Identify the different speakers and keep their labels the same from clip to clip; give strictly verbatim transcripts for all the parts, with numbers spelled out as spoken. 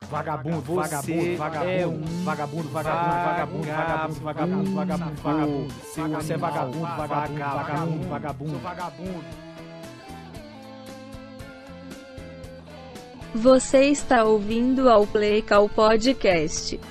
Speaker 1: vagabundo, vagabundo, vagabundo, é um vagabundo, vagabundo, vagabundo, vagabundo, vagabundo, vagabundo. Você é vagabundo, vagabundo, vagabundo, vagabundo, vagabundo.
Speaker 2: Você está ouvindo ao Playcall Podcast.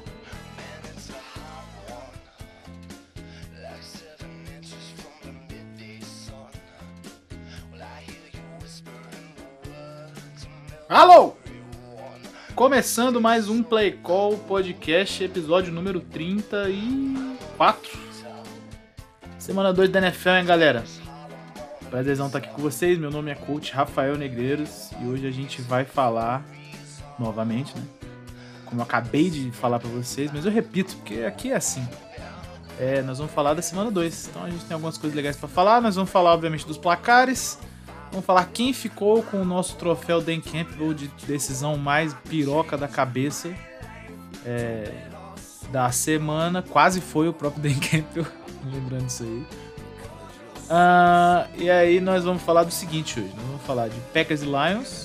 Speaker 1: Alô! Começando mais um Playcall Podcast, episódio número trinta e quatro. Semana dois da N F L, hein, galera? Prazerzão estar aqui com vocês. Meu nome é Coach Rafael Negreiros e hoje a gente vai falar novamente, né? Como eu acabei de falar pra vocês, mas eu repito, porque aqui é assim. É, nós vamos falar da semana dois. Então a gente tem algumas coisas legais pra falar. Nós vamos falar, obviamente, dos placares. Vamos falar quem ficou com o nosso troféu Dan Campbell de decisão mais piroca da cabeça é, da semana. Quase foi o próprio Dan Campbell, lembrando isso aí. Uh, e aí nós vamos falar do seguinte hoje. Nós vamos falar de Packers e Lions.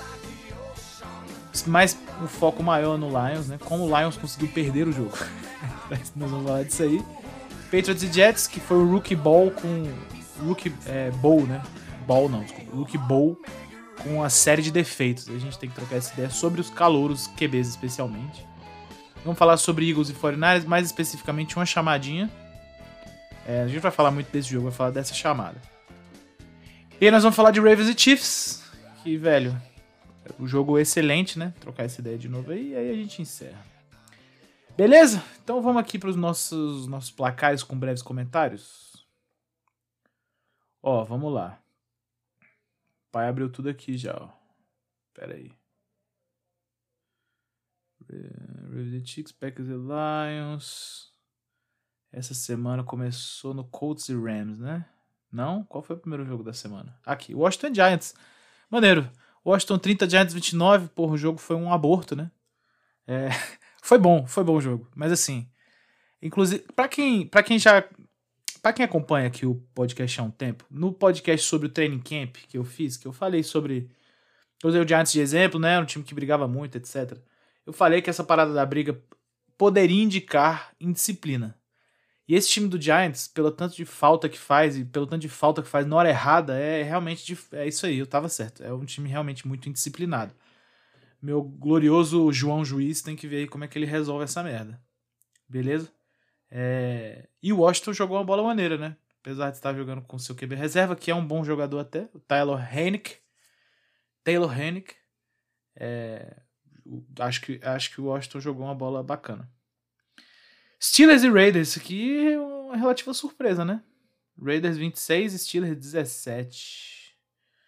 Speaker 1: Mas um foco maior no Lions, né? Como o Lions conseguiu perder o jogo. Nós vamos falar disso aí. Patriots e Jets, que foi o Rookie Bowl com... Rookie é, Bowl, né? Ball não, desculpa. Rookie Bowl com uma série de defeitos. A gente tem que trocar essa ideia sobre os calouros, Q Bs especialmente. Vamos falar sobre Eagles e quarenta e nove ers, mais especificamente uma chamadinha. É, a gente vai falar muito desse jogo, vai falar dessa chamada. E aí nós vamos falar de Ravens e Chiefs, que, velho, o jogo é excelente, né? Trocar essa ideia de novo aí, e aí a gente encerra. Beleza? Então vamos aqui para os nossos, nossos placares com breves comentários. Ó, vamos lá. O pai abriu tudo aqui já, ó. Pera aí. Ravens e Chiefs, Packers e Lions. Essa semana começou no Colts e Rams, né? Não? Qual foi o primeiro jogo da semana? Aqui, Washington Giants. Maneiro. Washington trinta, Giants vinte e nove. Porra, o jogo foi um aborto, né? É... Foi bom, foi bom o jogo. Mas assim, inclusive, pra quem, pra quem já... Pra quem acompanha aqui o podcast há um tempo, no podcast sobre o training camp que eu fiz, que eu falei sobre... Eu usei o Giants de exemplo, né? Um time que brigava muito, etcétera. Eu falei que essa parada da briga poderia indicar indisciplina. E esse time do Giants, pelo tanto de falta que faz e pelo tanto de falta que faz na hora errada, é realmente... É isso aí, eu tava certo. É um time realmente muito indisciplinado. Meu glorioso João Juiz tem que ver aí como é que ele resolve essa merda. Beleza? É... E o Washington jogou uma bola maneira, né? Apesar de estar jogando com o seu Q B reserva, que é um bom jogador até, o Taylor Heinicke. Taylor Heinicke. É... Acho, que, acho que o Washington jogou uma bola bacana. Steelers e Raiders, isso aqui é uma relativa surpresa, né? Raiders vinte e seis, Steelers dezessete.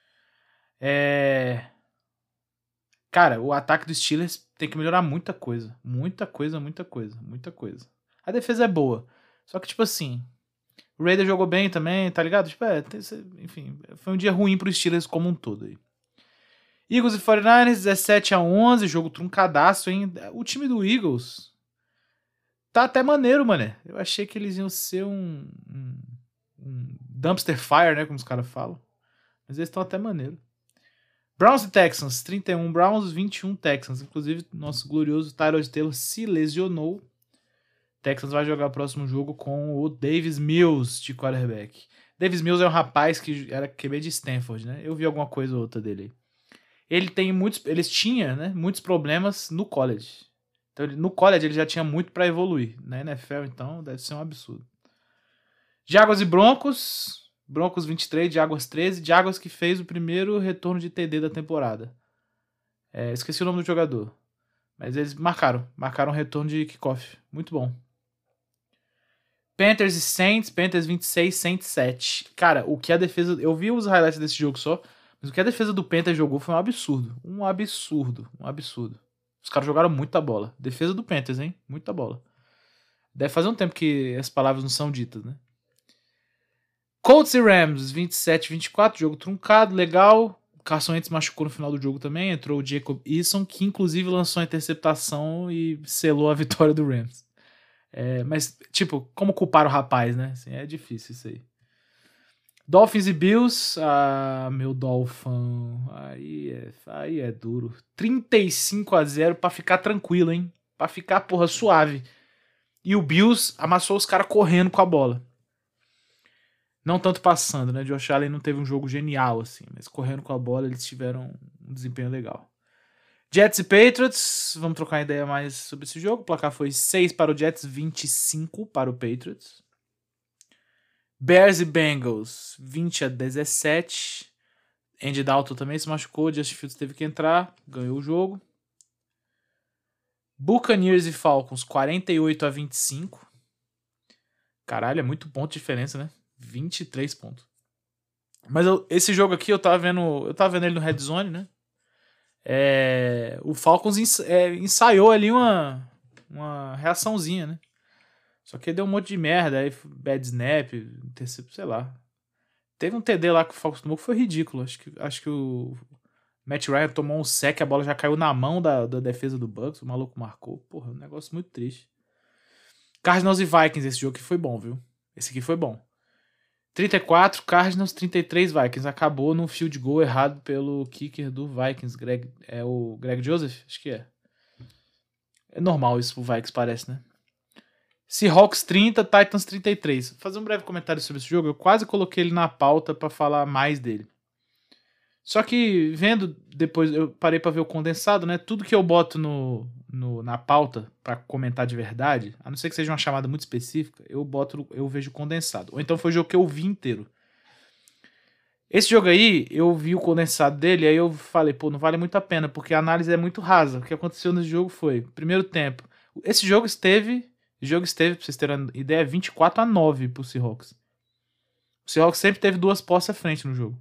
Speaker 1: É... Cara, o ataque dos Steelers tem que melhorar muita coisa. Muita coisa, muita coisa, muita coisa. A defesa é boa. Só que, tipo assim, o Raiders jogou bem também, tá ligado? Tipo, é, enfim, foi um dia ruim pro Steelers como um todo aí. Eagles e quarenta e nove ers, dezessete a onze, jogo truncadaço, hein? O time do Eagles tá até maneiro, mané. Eu achei que eles iam ser um, um, um dumpster fire, né, como os caras falam. Mas eles estão até maneiro. Browns e Texans, trinta e um Browns, vinte e um Texans. Inclusive, nosso glorioso Tyrod Taylor se lesionou. Texans vai jogar o próximo jogo com o Davis Mills de quarterback. Davis Mills é um rapaz que era Q B de Stanford, né? Eu vi alguma coisa ou outra dele aí. Ele tem muitos, eles tinham, né, muitos problemas no college. Então, ele, no college ele já tinha muito para evoluir. Na N F L, então, deve ser um absurdo. Jaguars e Broncos. Broncos vinte e três, Jaguars treze. Jaguars que fez o primeiro retorno de T D da temporada. É, esqueci o nome do jogador. Mas eles marcaram. Marcaram um retorno de kickoff. Muito bom. Panthers e Saints. Panthers vinte e seis, Saints sete. Cara, o que a defesa... Eu vi os highlights desse jogo só. Mas o que a defesa do Panthers jogou foi um absurdo. Um absurdo. Um absurdo. Os caras jogaram muita bola. Defesa do Panthers, hein? Muita bola. Deve fazer um tempo que as palavras não são ditas, né? Colts e Rams, vinte e sete a vinte e quatro. Jogo truncado, legal. Carson Wentz machucou no final do jogo também. Entrou o Jacob Eason, que inclusive lançou a interceptação e selou a vitória do Rams. É, mas, tipo, como culpar o rapaz, né? Assim, é difícil isso aí. Dolphins e Bills. Ah, meu Dolphin. Aí é, aí é duro. trinta e cinco a zero pra ficar tranquilo, hein? Pra ficar, porra, suave. E o Bills amassou os caras correndo com a bola. Não tanto passando, né? Josh Allen não teve um jogo genial, assim. Mas correndo com a bola, eles tiveram um desempenho legal. Jets e Patriots. Vamos trocar uma ideia mais sobre esse jogo. O placar foi seis para o Jets, vinte e cinco para o Patriots. Bears e Bengals, vinte a dezessete. Andy Dalton também se machucou. Justin Fields teve que entrar. Ganhou o jogo. Buccaneers e Falcons, quarenta e oito a vinte e cinco. Caralho, é muito ponto de diferença, né? vinte e três pontos. Mas eu, esse jogo aqui eu tava vendo. Eu tava vendo ele no Red Zone, né? É, o Falcons ens, é, ensaiou ali uma, uma reaçãozinha, né? Só que deu um monte de merda. Aí bad snap, sei lá. Teve um T D lá que o Falcons tomou que foi ridículo. Acho que, acho que o Matt Ryan tomou um sec, a bola já caiu na mão da, da defesa do Bucks. O maluco marcou. Porra, um negócio muito triste. Cardinals e Vikings, esse jogo aqui foi bom, viu? Esse aqui foi bom. trinta e quatro, Cardinals, trinta e três, Vikings. Acabou num field goal errado pelo kicker do Vikings. Greg, é o Greg Joseph? Acho que é. É normal isso pro Vikings, parece, né? Seahawks trinta, Titans trinta e três. Vou fazer um breve comentário sobre esse jogo. Eu quase coloquei ele na pauta pra falar mais dele. Só que vendo depois, eu parei pra ver o condensado, né? Tudo que eu boto no, no, na pauta pra comentar de verdade, a não ser que seja uma chamada muito específica, eu boto, eu vejo condensado. Ou então foi o jogo que eu vi inteiro. Esse jogo aí, eu vi o condensado dele, aí eu falei, pô, não vale muito a pena, porque a análise é muito rasa. O que aconteceu nesse jogo foi, primeiro tempo, esse jogo esteve, o jogo esteve, pra vocês terem uma ideia, vinte e quatro a nove pro Seahawks. O Seahawks sempre teve duas posses à frente no jogo.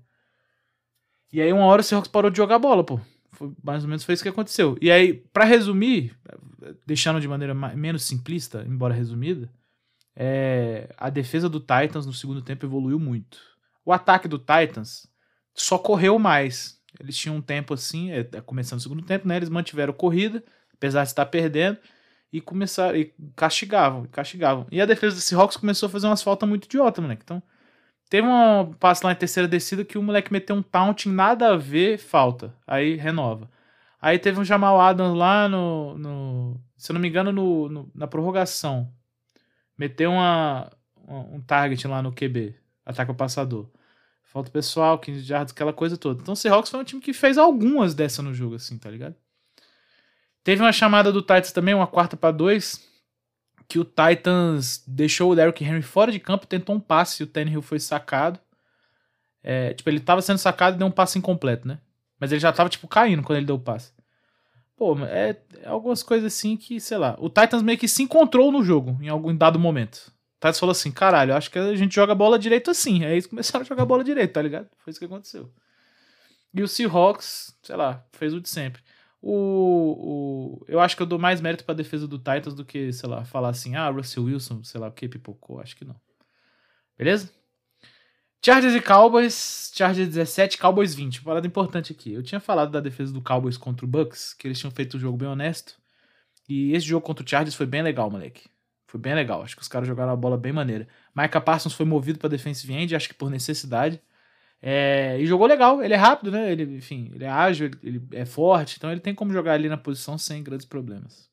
Speaker 1: E aí, uma hora o Seahawks parou de jogar bola, pô. Foi, mais ou menos foi isso que aconteceu. E aí, pra resumir, deixando de maneira mais, menos simplista, embora resumida, é, a defesa do Titans no segundo tempo evoluiu muito. O ataque do Titans só correu mais. Eles tinham um tempo assim, é, começando o segundo tempo, né? Eles mantiveram corrida, apesar de estar perdendo, e começaram, e castigavam, castigavam. E a defesa do Seahawks começou a fazer umas faltas muito idiota, moleque. Então, teve um passe lá em terceira descida que o moleque meteu um taunting, nada a ver, falta. Aí renova. Aí teve um Jamal Adams lá no. no se eu não me engano, no, no, na prorrogação. Meteu uma, um target lá no Q B. Ataque ao passador. Falta pessoal, quinze jardas, aquela coisa toda. Então o Seahawks foi um time que fez algumas dessas no jogo, assim, tá ligado? Teve uma chamada do Titans também, uma quarta para dois. Que o Titans deixou o Derrick Henry fora de campo, tentou um passe e o Tannehill foi sacado. É, tipo, ele tava sendo sacado e deu um passe incompleto, né? Mas ele já tava, tipo, caindo quando ele deu o passe. Pô, é, é algumas coisas assim que, sei lá, o Titans meio que se encontrou no jogo em algum dado momento. O Titans falou assim, caralho, acho que a gente joga bola direito assim. Aí eles começaram a jogar bola direito, tá ligado? Foi isso que aconteceu. E o Seahawks, sei lá, fez o de sempre. O, o, eu acho que eu dou mais mérito pra defesa do Titans do que, sei lá, falar assim, ah, Russell Wilson, sei lá, o que pipocou, acho que não. Beleza? Chargers e Cowboys, Chargers dezessete, Cowboys vinte. Uma parada importante aqui. Eu tinha falado da defesa do Cowboys contra o Bucks, que eles tinham feito um jogo bem honesto. E esse jogo contra o Chargers foi bem legal, moleque. Foi bem legal. Acho que os caras jogaram a bola bem maneira. Micah Parsons foi movido pra defensive end, acho que por necessidade. É, e jogou legal, ele é rápido, né? Ele, enfim, ele é ágil, ele, ele é forte, então ele tem como jogar ali na posição sem grandes problemas.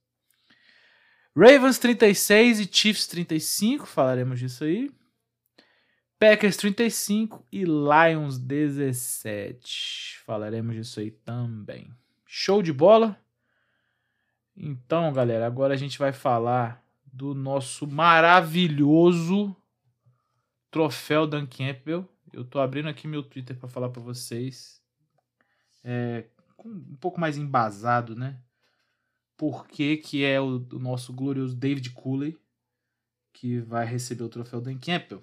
Speaker 1: Ravens trinta e seis e Chiefs trinta e cinco, falaremos disso aí. Packers trinta e cinco e Lions dezessete, falaremos disso aí também. Show de bola? Então, galera, agora a gente vai falar do nosso maravilhoso troféu Dan Campbell. Eu tô abrindo aqui meu Twitter para falar para vocês, é, um pouco mais embasado, né? Por que que é o, o nosso glorioso David Culley que vai receber o troféu Dan Campbell.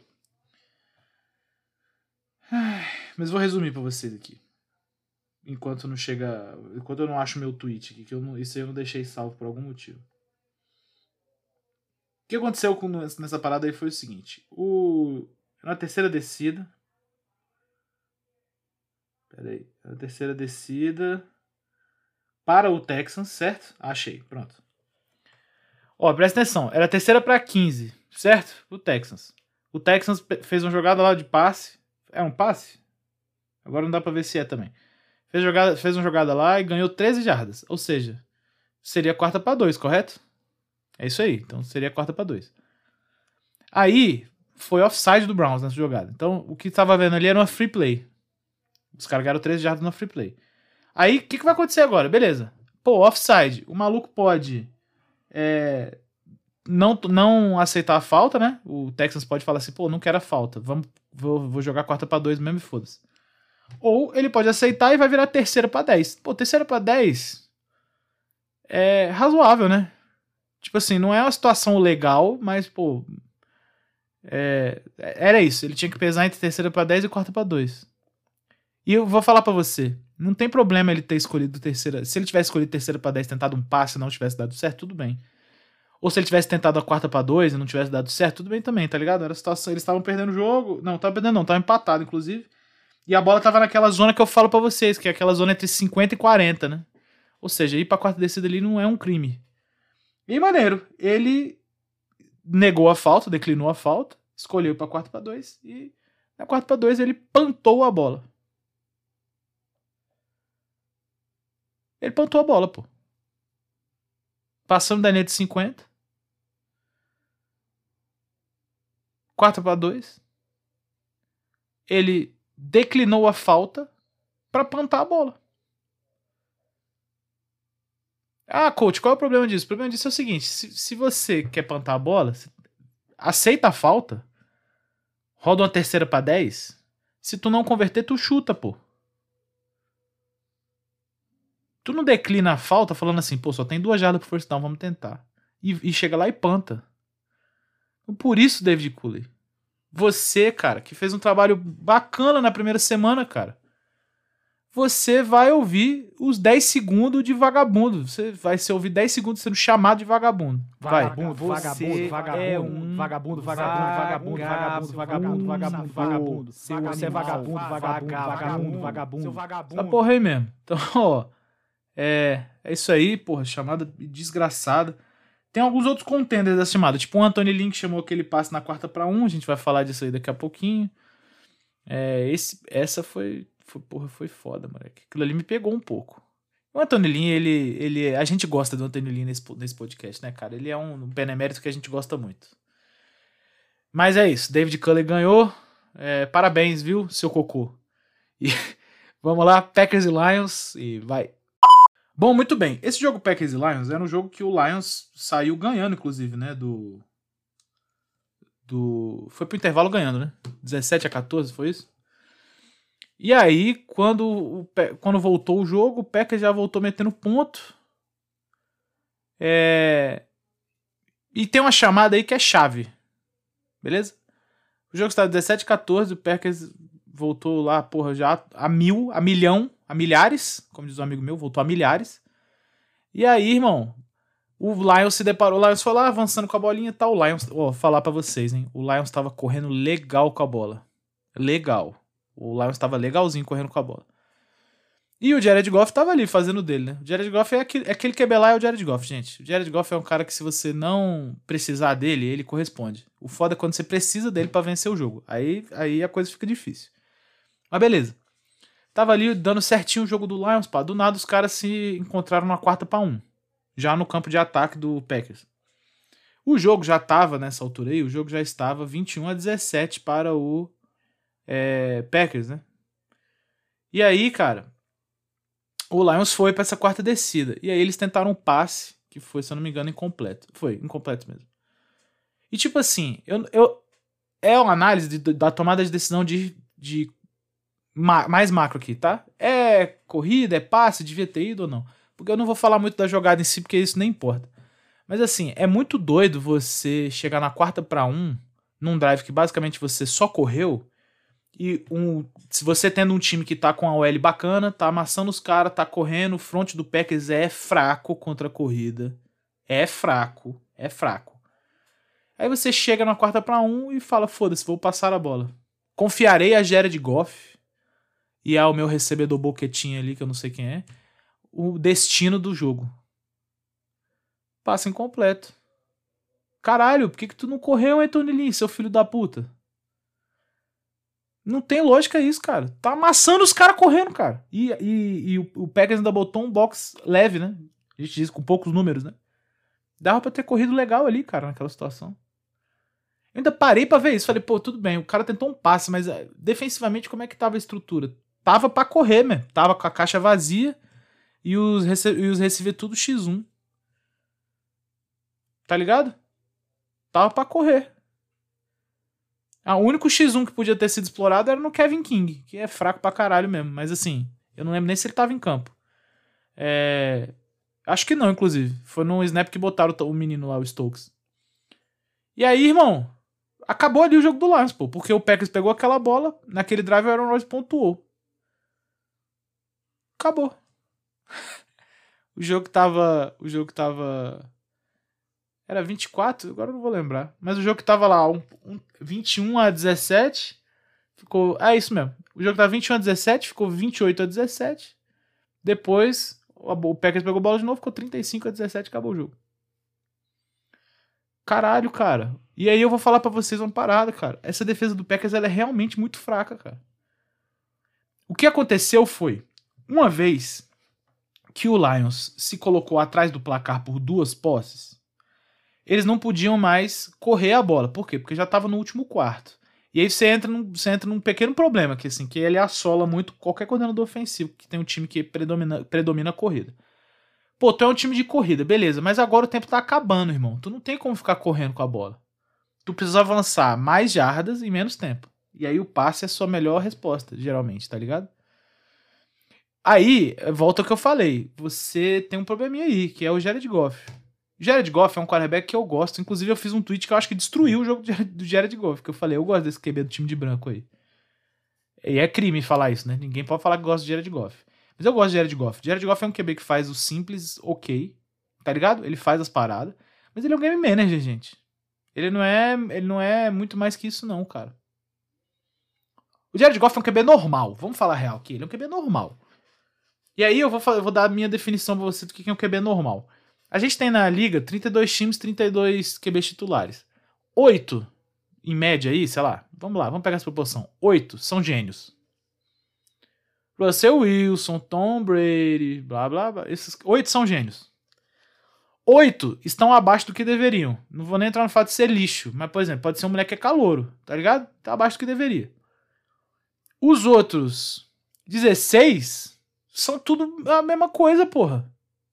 Speaker 1: Ai, mas vou resumir para vocês aqui. Enquanto não chega, enquanto eu não acho meu tweet aqui, que eu não, isso aí eu não deixei salvo por algum motivo. O que aconteceu com, nessa parada aí foi o seguinte: o, na terceira descida. Pera aí. A terceira descida para o Texans, certo? Achei, pronto. Ó, presta atenção. Era a terceira para quinze, certo? O Texans. O Texans fez uma jogada lá de passe, É um passe? Agora não dá pra ver se é também. Fez, jogada, fez uma jogada lá e ganhou treze jardas. Ou seja, seria quarta pra dois, correto? É isso aí. Então seria quarta pra dois. Aí, foi offside do Browns nessa jogada. Então, o que tava vendo ali era uma free play. Os caras ganharam treze jardas na free play. Aí, o que, que vai acontecer agora? Beleza. Pô, offside. O maluco pode é, não, não aceitar a falta, né? O Texans pode falar assim, pô, não quero a falta. Vamos, vou, vou jogar quarta pra dois mesmo e foda-se. Ou ele pode aceitar e vai virar terceira pra dez. Pô, terceira pra dez é razoável, né? Tipo assim, não é uma situação legal, mas, pô... É, era isso. Ele tinha que pesar entre terceira pra dez e quarta pra dois. E eu vou falar pra você, não tem problema ele ter escolhido terceira. Se ele tivesse escolhido terceira pra dez, tentado um passe e não tivesse dado certo, tudo bem. Ou se ele tivesse tentado a quarta pra dois e não tivesse dado certo, tudo bem também, tá ligado? Era a situação, eles estavam perdendo o jogo. Não, tava perdendo não, tava empatado, inclusive. E a bola tava naquela zona que eu falo pra vocês, que é aquela zona entre cinquenta e quarenta, né? Ou seja, ir pra quarta descida ali não é um crime. E maneiro, ele negou a falta, declinou a falta, escolheu pra quarta pra dois e na quarta pra dois ele pantou a bola. Ele pantou a bola, pô. Passando da linha de cinquenta. quarta pra dois. Ele declinou a falta pra pantar a bola. Ah, coach, qual é o problema disso? O problema disso é o seguinte, se, se você quer pantar a bola, aceita a falta, roda uma terceira pra dez, se tu não converter, tu chuta, pô. Tu não declina a falta falando assim, pô, só tem duas jardas pro first down, vamos tentar. E, e chega lá e panta. Por isso, David Culley, você, cara, que fez um trabalho bacana na primeira semana, cara, você vai ouvir os dez segundos de vagabundo. Você vai ser ouvir dez segundos sendo chamado de vagabundo. Vai.
Speaker 3: Vagabundo, vagabundo, vagabundo,
Speaker 1: é um
Speaker 3: vagabundo, vagabundo, vagabundo, vagabundo, vagabundo, vagabundo, vagabundo. Você é vagabundo, vagabundo, vagabundo, vagabundo. Seu vagabundo.
Speaker 1: Essa porra aí mesmo. Então, ó, é, é isso aí, porra, chamada desgraçada. Tem alguns outros contenders dessa chamada, tipo o Anthony Lynn que chamou aquele passe na quarta pra um, a gente vai falar disso aí daqui a pouquinho. É, esse, essa foi, foi, porra, foi foda, moleque. Aquilo ali me pegou um pouco. O Anthony Lynn, ele, ele, a gente gosta do Anthony Lynn nesse, nesse podcast, né, cara? Ele é um, um benemérito que a gente gosta muito. Mas é isso, David Culley ganhou. É, parabéns, viu, seu cocô. E vamos lá, Packers e Lions, e vai. Bom, muito bem. Esse jogo Packers e Lions era um jogo que o Lions saiu ganhando, inclusive, né? Do. do foi pro intervalo ganhando, né? dezessete a quatorze, foi isso? E aí, quando, o, quando voltou o jogo, o Packers já voltou metendo ponto. É... E tem uma chamada aí que é chave. Beleza? O jogo está dezessete a quatorze, o Packers voltou lá, porra, já a mil, a milhão, a milhares, como diz um amigo meu, voltou a milhares. E aí, irmão, o Lions se deparou, o Lions foi lá avançando com a bolinha e tal. O Lions, ó, falar pra vocês, hein, o Lions tava correndo legal com a bola. Legal. O Lions tava legalzinho correndo com a bola. E o Jared Goff tava ali fazendo dele, né? O Jared Goff é aquele, é aquele que é lá, é o Jared Goff, gente. O Jared Goff é um cara que se você não precisar dele, ele corresponde. O foda é quando você precisa dele pra vencer o jogo. Aí, aí a coisa fica difícil. Mas beleza. Tava ali dando certinho o jogo do Lions, pá. Do nada os caras se encontraram na quarta pra um. Já no campo de ataque do Packers. O jogo já tava, nessa altura aí, o jogo já estava vinte e um a dezessete para o é, Packers, né? E aí, cara, o Lions foi pra essa quarta descida. E aí eles tentaram um passe, que foi, se eu não me engano, incompleto. Foi, incompleto mesmo. E tipo assim, eu, eu, é uma análise de, da tomada de decisão de, de ma, mais macro aqui, tá? É corrida, é passe, devia ter ido ou não. Porque eu não vou falar muito da jogada em si, porque isso nem importa. Mas assim, é muito doido você chegar na quarta pra um, num drive que basicamente você só correu, e um, se você tendo um time que tá com a O L bacana, tá amassando os caras, tá correndo, o front do Packers é fraco contra a corrida. É fraco, é fraco. Aí você chega na quarta pra um e fala, foda-se, vou passar a bola. Confiarei a Jared Goff e ao meu recebedor boquetinho ali, que eu não sei quem é, o destino do jogo. Passe incompleto. Caralho, por que que tu não correu, Anthony Lynn, seu filho da puta? Não tem lógica isso, cara. Tá amassando os caras correndo, cara. E, e, e o, o Packers ainda botou um box leve, né? A gente diz com poucos números, né? Dava pra ter corrido legal ali, cara, naquela situação. Eu ainda parei pra ver isso. Falei, pô, tudo bem, o cara tentou um passe, mas defensivamente como é que tava a estrutura? Tava pra correr, mesmo. Tava com a caixa vazia e os, rece- e os receiver tudo xis um. Tá ligado? Tava pra correr. Ah, o único xis um que podia ter sido explorado era no Kevin King, que é fraco pra caralho mesmo. Mas assim, eu não lembro nem se ele tava em campo. É... Acho que não, inclusive. Foi no snap que botaram o menino lá, o Stokes. E aí, irmão, acabou ali o jogo do Lions, pô. Porque o Packers pegou aquela bola, naquele drive o Aaron Rodgers pontuou. Acabou. O jogo tava... O jogo tava... Era vinte e quatro? Agora eu não vou lembrar. Mas o jogo que tava lá, um, um, vinte e um a dezessete. Ficou... É isso mesmo. O jogo tava vinte e um a dezessete, ficou vinte e oito a dezessete. Depois, o Packers pegou a bola de novo, ficou trinta e cinco a dezessete, acabou o jogo. Caralho, cara. E aí eu vou falar pra vocês uma parada, cara. Essa defesa do Packers, ela é realmente muito fraca, cara. O que aconteceu foi, uma vez que o Lions se colocou atrás do placar por duas posses, eles não podiam mais correr a bola. Por quê? Porque já estava no último quarto. E aí você entra, num, você entra num pequeno problema, que assim, que ele assola muito qualquer coordenador ofensivo, que tem um time que predomina, predomina a corrida. Pô, tu é um time de corrida, beleza, mas agora o tempo tá acabando, irmão. Tu não tem como ficar correndo com a bola. Tu precisa avançar mais jardas em menos tempo. E aí o passe é a sua melhor resposta, geralmente, tá ligado? Aí, volta ao que eu falei. Você tem um probleminha aí, que é o Jared Goff. Jared Goff é um quarterback que eu gosto. Inclusive, eu fiz um tweet que eu acho que destruiu o jogo do Jared Goff. Que eu falei, eu gosto desse Q B do time de branco aí. E é crime falar isso, né? Ninguém pode falar que gosta de Jared Goff. Mas eu gosto de Jared Goff. Jared Goff é um Q B que faz o simples ok. Tá ligado? Ele faz as paradas. Mas ele é um game manager, gente. Ele não é, ele não é muito mais que isso, não, cara. O Jared Goff é um Q B normal. Vamos falar real aqui. Ele é um Q B normal. E aí eu vou, eu vou dar a minha definição pra você do que é um Q B normal. A gente tem na liga trinta e dois times, trinta e dois Q Bs titulares. Oito, em média aí, sei lá, vamos lá, vamos pegar essa proporção. Oito são gênios. Russell Wilson, Tom Brady, blá blá blá. Esses oito são gênios. Oito estão abaixo do que deveriam. Não vou nem entrar no fato de ser lixo, mas, por exemplo, pode ser um moleque que é calouro, tá ligado? Tá abaixo do que deveria. Os outros dezesseis são tudo a mesma coisa, porra.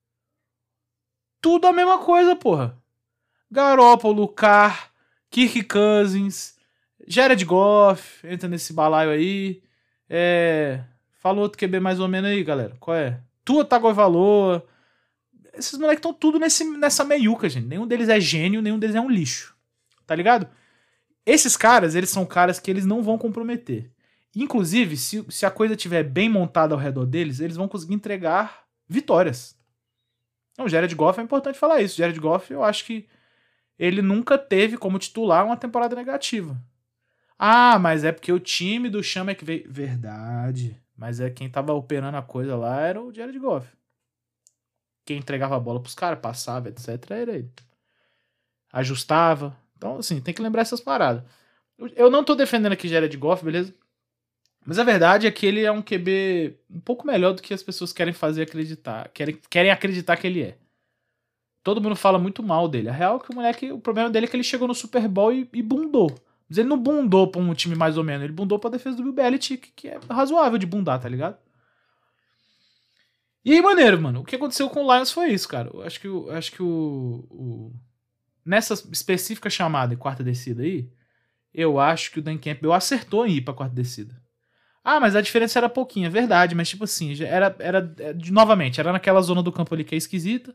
Speaker 1: Tudo a mesma coisa, porra. Garoppolo, Carr, Kirk Cousins, Jared Goff, entra nesse balaio aí. É... Fala outro Q B mais ou menos aí, galera. Qual é? Tua Tagovailoa. Esses moleques estão tudo nesse, nessa meiuca, gente. Nenhum deles é gênio, nenhum deles é um lixo. Tá ligado? Esses caras, eles são caras que eles não vão comprometer. Inclusive, se, se a coisa estiver bem montada ao redor deles, eles vão conseguir entregar vitórias. Não, o Jared Goff é importante falar isso. O Jared Goff, eu acho que ele nunca teve como titular uma temporada negativa. Ah, mas é porque o time do Sean McVay... Verdade. Mas é quem tava operando a coisa lá era o Jared Goff. Quem entregava a bola pros caras, passava, etcétera, era ele. Ajustava. Então, assim, tem que lembrar essas paradas. Eu não tô defendendo aqui Jared Goff, beleza? Mas a verdade é que ele é um Q B um pouco melhor do que as pessoas querem fazer acreditar. Querem, querem acreditar que ele é. Todo mundo fala muito mal dele. A real é que o moleque, o problema dele é que ele chegou no Super Bowl e, e bundou. Mas ele não bundou pra um time mais ou menos. Ele bundou pra defesa do Bill Belichick, que é razoável de bundar, tá ligado? E aí, maneiro, mano. O que aconteceu com o Lions foi isso, cara. Eu acho que, eu acho que o, o... Nessa específica chamada em quarta descida aí, eu acho que o Dan Campbell acertou em ir pra quarta descida. Ah, mas a diferença era pouquinha, é verdade, mas tipo assim, era, era de, novamente, era naquela zona do campo ali que é esquisita,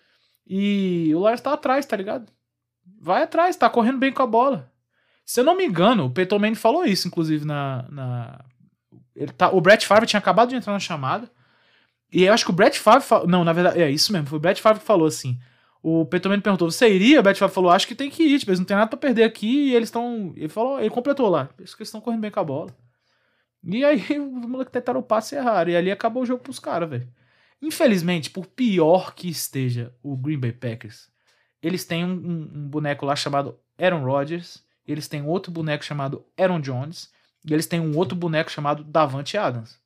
Speaker 1: e o Lions tá atrás, tá ligado? Vai atrás, tá correndo bem com a bola. Se eu não me engano, o Peyton Manning falou isso, inclusive, na... na ele tá, o Brett Favre tinha acabado de entrar na chamada, e eu acho que o Brett Favre, falou, não, na verdade, é isso mesmo, foi o Brett Favre que falou assim, o Peyton Manning perguntou, você iria? O Brett Favre falou, acho que tem que ir, tipo, eles não tem nada pra perder aqui, e eles estão, ele falou, ele completou lá, eles estão correndo bem com a bola. E aí os moleques tentaram o passe errado. E ali acabou o jogo pros caras, velho. Infelizmente, por pior que esteja o Green Bay Packers, eles têm um, um, um boneco lá chamado Aaron Rodgers. Eles têm outro boneco chamado Aaron Jones. E eles têm um outro boneco chamado Davante Adams.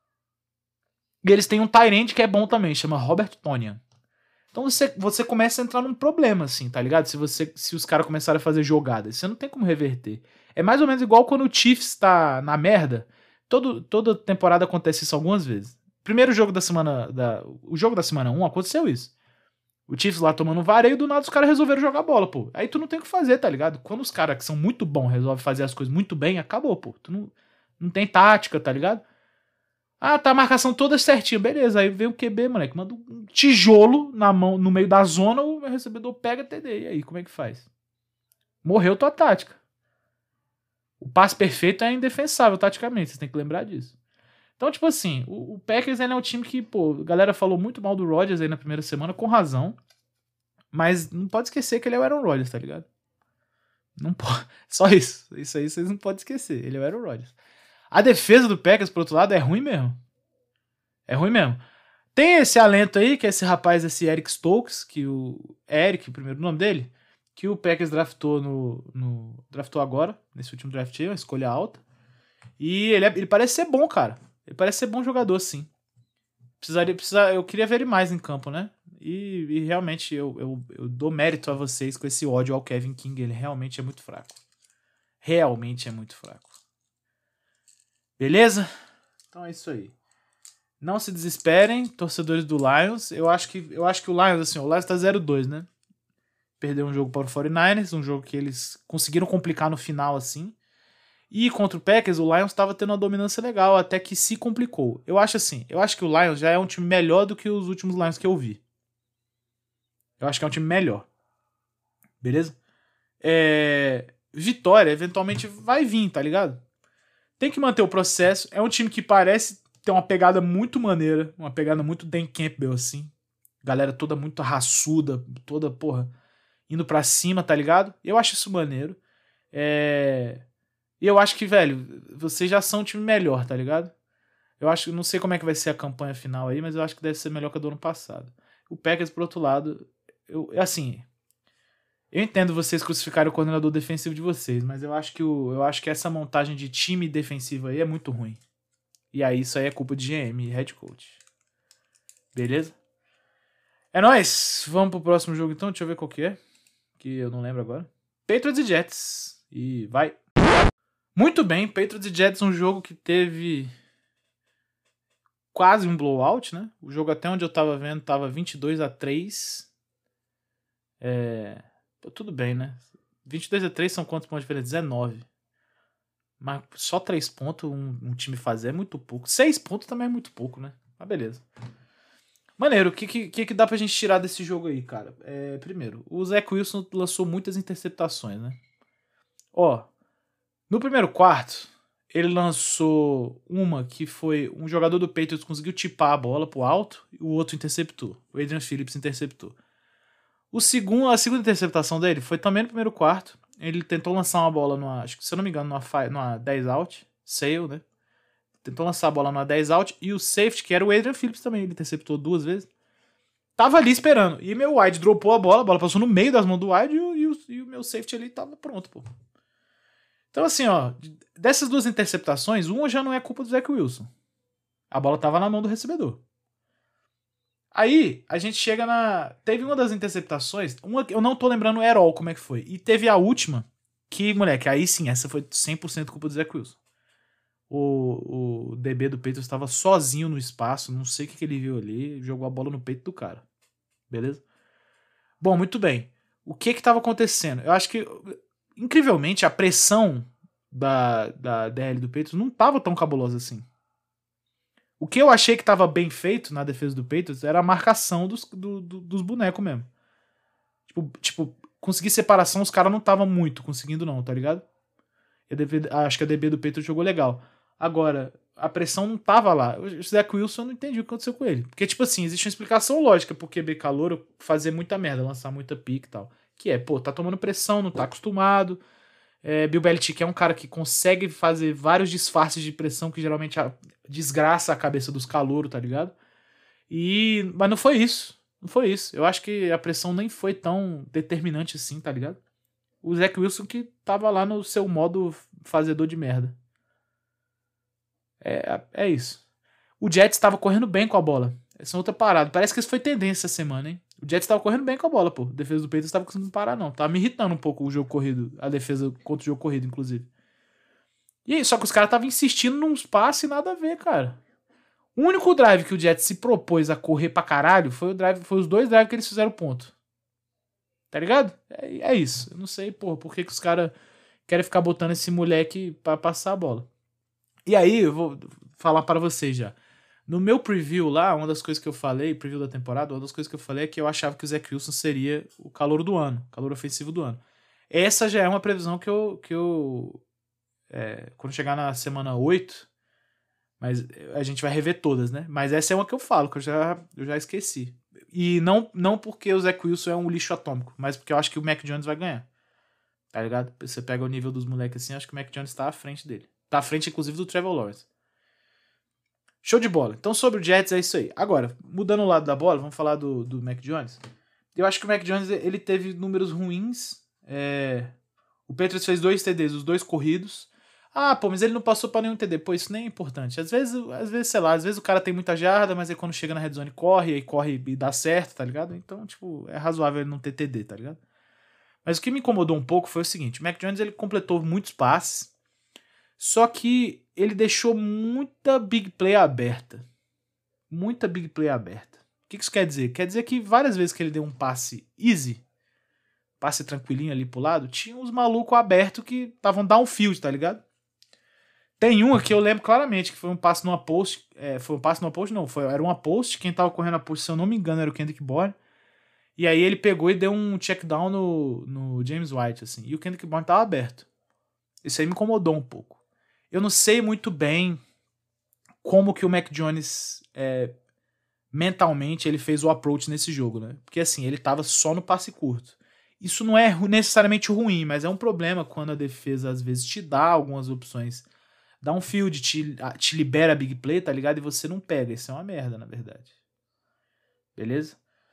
Speaker 1: E eles têm um tight end que é bom também, chama Robert Tonyan. Então você, você começa a entrar num problema, assim, tá ligado? Se, você, se os caras começarem a fazer jogadas, você não tem como reverter. É mais ou menos igual quando o Chiefs tá na merda. Todo, toda temporada acontece isso algumas vezes. Primeiro jogo da semana... Da, o jogo da semana um aconteceu isso. O Chiefs lá tomando um vareio, do nada os caras resolveram jogar bola, pô. Aí tu não tem o que fazer, tá ligado? Quando os caras que são muito bons resolvem fazer as coisas muito bem, acabou, pô. Tu não, não tem tática, tá ligado? Ah, tá a marcação toda certinha, beleza. Aí vem o Q B, moleque, manda um tijolo na mão, no meio da zona, o recebedor pega T D. E aí, como é que faz? Morreu tua tática. O passe perfeito é indefensável taticamente, você tem que lembrar disso. Então, tipo assim, o, o Packers ele é um time que, pô, a galera falou muito mal do Rodgers aí na primeira semana, com razão. Mas não pode esquecer que ele é o Aaron Rodgers, tá ligado? Não pode. Só isso. Isso aí vocês não podem esquecer. Ele é o Aaron Rodgers. A defesa do Packers, por outro lado, é ruim mesmo. É ruim mesmo. Tem esse alento aí, que é esse rapaz, esse Eric Stokes, que o... Eric, o primeiro nome dele, que o Packers draftou no, no... draftou agora, nesse último draft aí, uma escolha alta. E ele, é, ele parece ser bom, cara. Ele parece ser bom jogador, sim. Precisaria, precisa, eu queria ver ele mais em campo, né? E, e realmente eu, eu, eu dou mérito a vocês com esse ódio ao Kevin King. Ele realmente é muito fraco. Realmente é muito fraco. Beleza? Então é isso aí. Não se desesperem, torcedores do Lions. Eu acho que, eu acho que o Lions, assim, o Lions tá zero dois, né? Perdeu um jogo para o forty-niners, um jogo que eles conseguiram complicar no final, assim. E contra o Packers, o Lions estava tendo uma dominância legal, até que se complicou. Eu acho assim, eu acho que o Lions já é um time melhor do que os últimos Lions que eu vi. Eu acho que é um time melhor. Beleza? É... Vitória, eventualmente, vai vir, tá ligado? Tem que manter o processo. É um time que parece ter uma pegada muito maneira, uma pegada muito Dan Campbell, assim. Galera toda muito raçuda, toda, porra, indo pra cima, tá ligado? Eu acho isso maneiro. É... E eu acho que, velho, vocês já são um time melhor, tá ligado? Eu acho, não sei como é que vai ser a campanha final aí, mas eu acho que deve ser melhor que a do ano passado. O Packers, por outro lado, eu, assim, eu entendo vocês crucificarem o coordenador defensivo de vocês, mas eu acho que, o, eu acho que essa montagem de time defensivo aí é muito ruim. E aí isso aí é culpa de G M e head coach. Beleza? É nóis! Vamos pro próximo jogo então, deixa eu ver qual que é, que eu não lembro agora. Patriots e Jets. E vai! Muito bem, Patriots e Jets, um jogo que teve quase um blowout, né? O jogo até onde eu tava vendo tava vinte e dois a três. É... Pô, tudo bem, né? vinte e dois a três são quantos pontos diferentes? dezenove. Mas só três pontos um, um time fazer é muito pouco. seis pontos também é muito pouco, né? Mas beleza. Maneiro, o que, que, que dá pra gente tirar desse jogo aí, cara? É, primeiro, o Zach Wilson lançou muitas interceptações, né? Ó... No primeiro quarto, ele lançou uma que foi um jogador do Patriots conseguiu tipar a bola pro alto e o outro interceptou. O Adrian Phillips interceptou. O segundo, a segunda interceptação dele foi também no primeiro quarto. Ele tentou lançar uma bola numa, acho que se eu não me engano, numa, numa dez out, sail, né? Tentou lançar a bola numa dez out e o safety, que era o Adrian Phillips também, ele interceptou duas vezes. Tava ali esperando. E meu wide dropou a bola, a bola passou no meio das mãos do wide e o, e o, e o meu safety ali tava pronto, pô. Então, assim, ó, dessas duas interceptações, uma já não é culpa do Zach Wilson. A bola tava na mão do recebedor. Aí, a gente chega na... Teve uma das interceptações, uma eu não tô lembrando at all como é que foi. E teve a última, que, moleque, aí sim, essa foi cem por cento culpa do Zach Wilson. O, o D B do Patriots estava sozinho no espaço, não sei o que, que ele viu ali, jogou a bola no peito do cara. Beleza? Bom, muito bem. O que que tava acontecendo? Eu acho que... Incrivelmente, a pressão da, da D L do Patriots não tava tão cabulosa assim. O que eu achei que tava bem feito na defesa do Patriots era a marcação dos, do, do, dos bonecos mesmo. Tipo, tipo, conseguir separação, os caras não estavam muito conseguindo não, tá ligado? Eu deve, acho que a D B do Patriots jogou legal. Agora, a pressão não tava lá. O Zach Wilson, eu não entendi o que aconteceu com ele. Porque, tipo assim, existe uma explicação lógica pro Q B calouro fazer muita merda, lançar muita pique e tal. Que é, pô, tá tomando pressão, não tá acostumado. É, Bill Belichick é um cara que consegue fazer vários disfarces de pressão que geralmente a, desgraça a cabeça dos calouros, tá ligado? E, mas não foi isso. Não foi isso. Eu acho que a pressão nem foi tão determinante assim, tá ligado? O Zach Wilson que tava lá no seu modo fazedor de merda. É, é isso. O Jets estava correndo bem com a bola. Essa é outra parada. Parece que isso foi tendência essa semana, hein? O Jets estava correndo bem com a bola, pô. A defesa do Patriots estava conseguindo parar, não. Tava me irritando um pouco o jogo corrido. A defesa contra o jogo corrido, inclusive. E aí, só que os caras estavam insistindo num passe e nada a ver, cara. O único drive que o Jets se propôs a correr pra caralho foi, o drive, foi os dois drives que eles fizeram ponto. Tá ligado? É, é isso. Eu não sei, porra, por que, que os caras querem ficar botando esse moleque pra passar a bola. E aí, eu vou falar para vocês já. No meu preview lá, uma das coisas que eu falei, preview da temporada, uma das coisas que eu falei é que eu achava que o Zach Wilson seria o calouro do ano, calor ofensivo do ano. Essa já é uma previsão que eu... Que eu é, quando chegar na semana oito, mas a gente vai rever todas, né? Mas essa é uma que eu falo, que eu já, eu já esqueci. E não, não porque o Zach Wilson é um lixo atômico, mas porque eu acho que o Mac Jones vai ganhar. Tá ligado? Você pega o nível dos moleques assim, acho que o Mac Jones tá à frente dele. Tá à frente, inclusive, do Trevor Lawrence. Show de bola. Então, sobre o Jets, é isso aí. Agora, mudando o lado da bola, vamos falar do, do Mac Jones. Eu acho que o Mac Jones, ele teve números ruins. É... O Patriots fez dois T Ds, os dois corridos. Ah, pô, mas ele não passou pra nenhum T D. Pô, isso nem é importante. Às vezes, às vezes, sei lá, às vezes o cara tem muita jarda, mas aí quando chega na red zone corre, aí corre e dá certo, tá ligado? Então, tipo, é razoável ele não ter T D, tá ligado? Mas o que me incomodou um pouco foi o seguinte, o Mac Jones, ele completou muitos passes, só que ele deixou muita big play aberta. Muita big play aberta. O que isso quer dizer? Quer dizer que várias vezes que ele deu um passe easy, passe tranquilinho ali pro lado, tinha uns malucos abertos que estavam downfield, tá ligado? Tem uma que eu lembro claramente, que foi um passe numa post. É, foi um passe numa post, não. Foi, era uma post. Quem tava correndo a post, se eu não me engano, era o Kendrick Bourne. E aí ele pegou e deu um check down no, no James White, assim. E o Kendrick Bourne tava aberto. Isso aí me incomodou um pouco. Eu não sei muito bem como que o Mac Jones, é, mentalmente, ele fez o approach nesse jogo, né? Porque assim, ele tava só no passe curto. Isso não é necessariamente ruim, mas é um problema quando a defesa às vezes te dá algumas opções. Dá um field, te, te libera a big play, tá ligado? E você não pega. Isso é uma merda, na verdade. Beleza?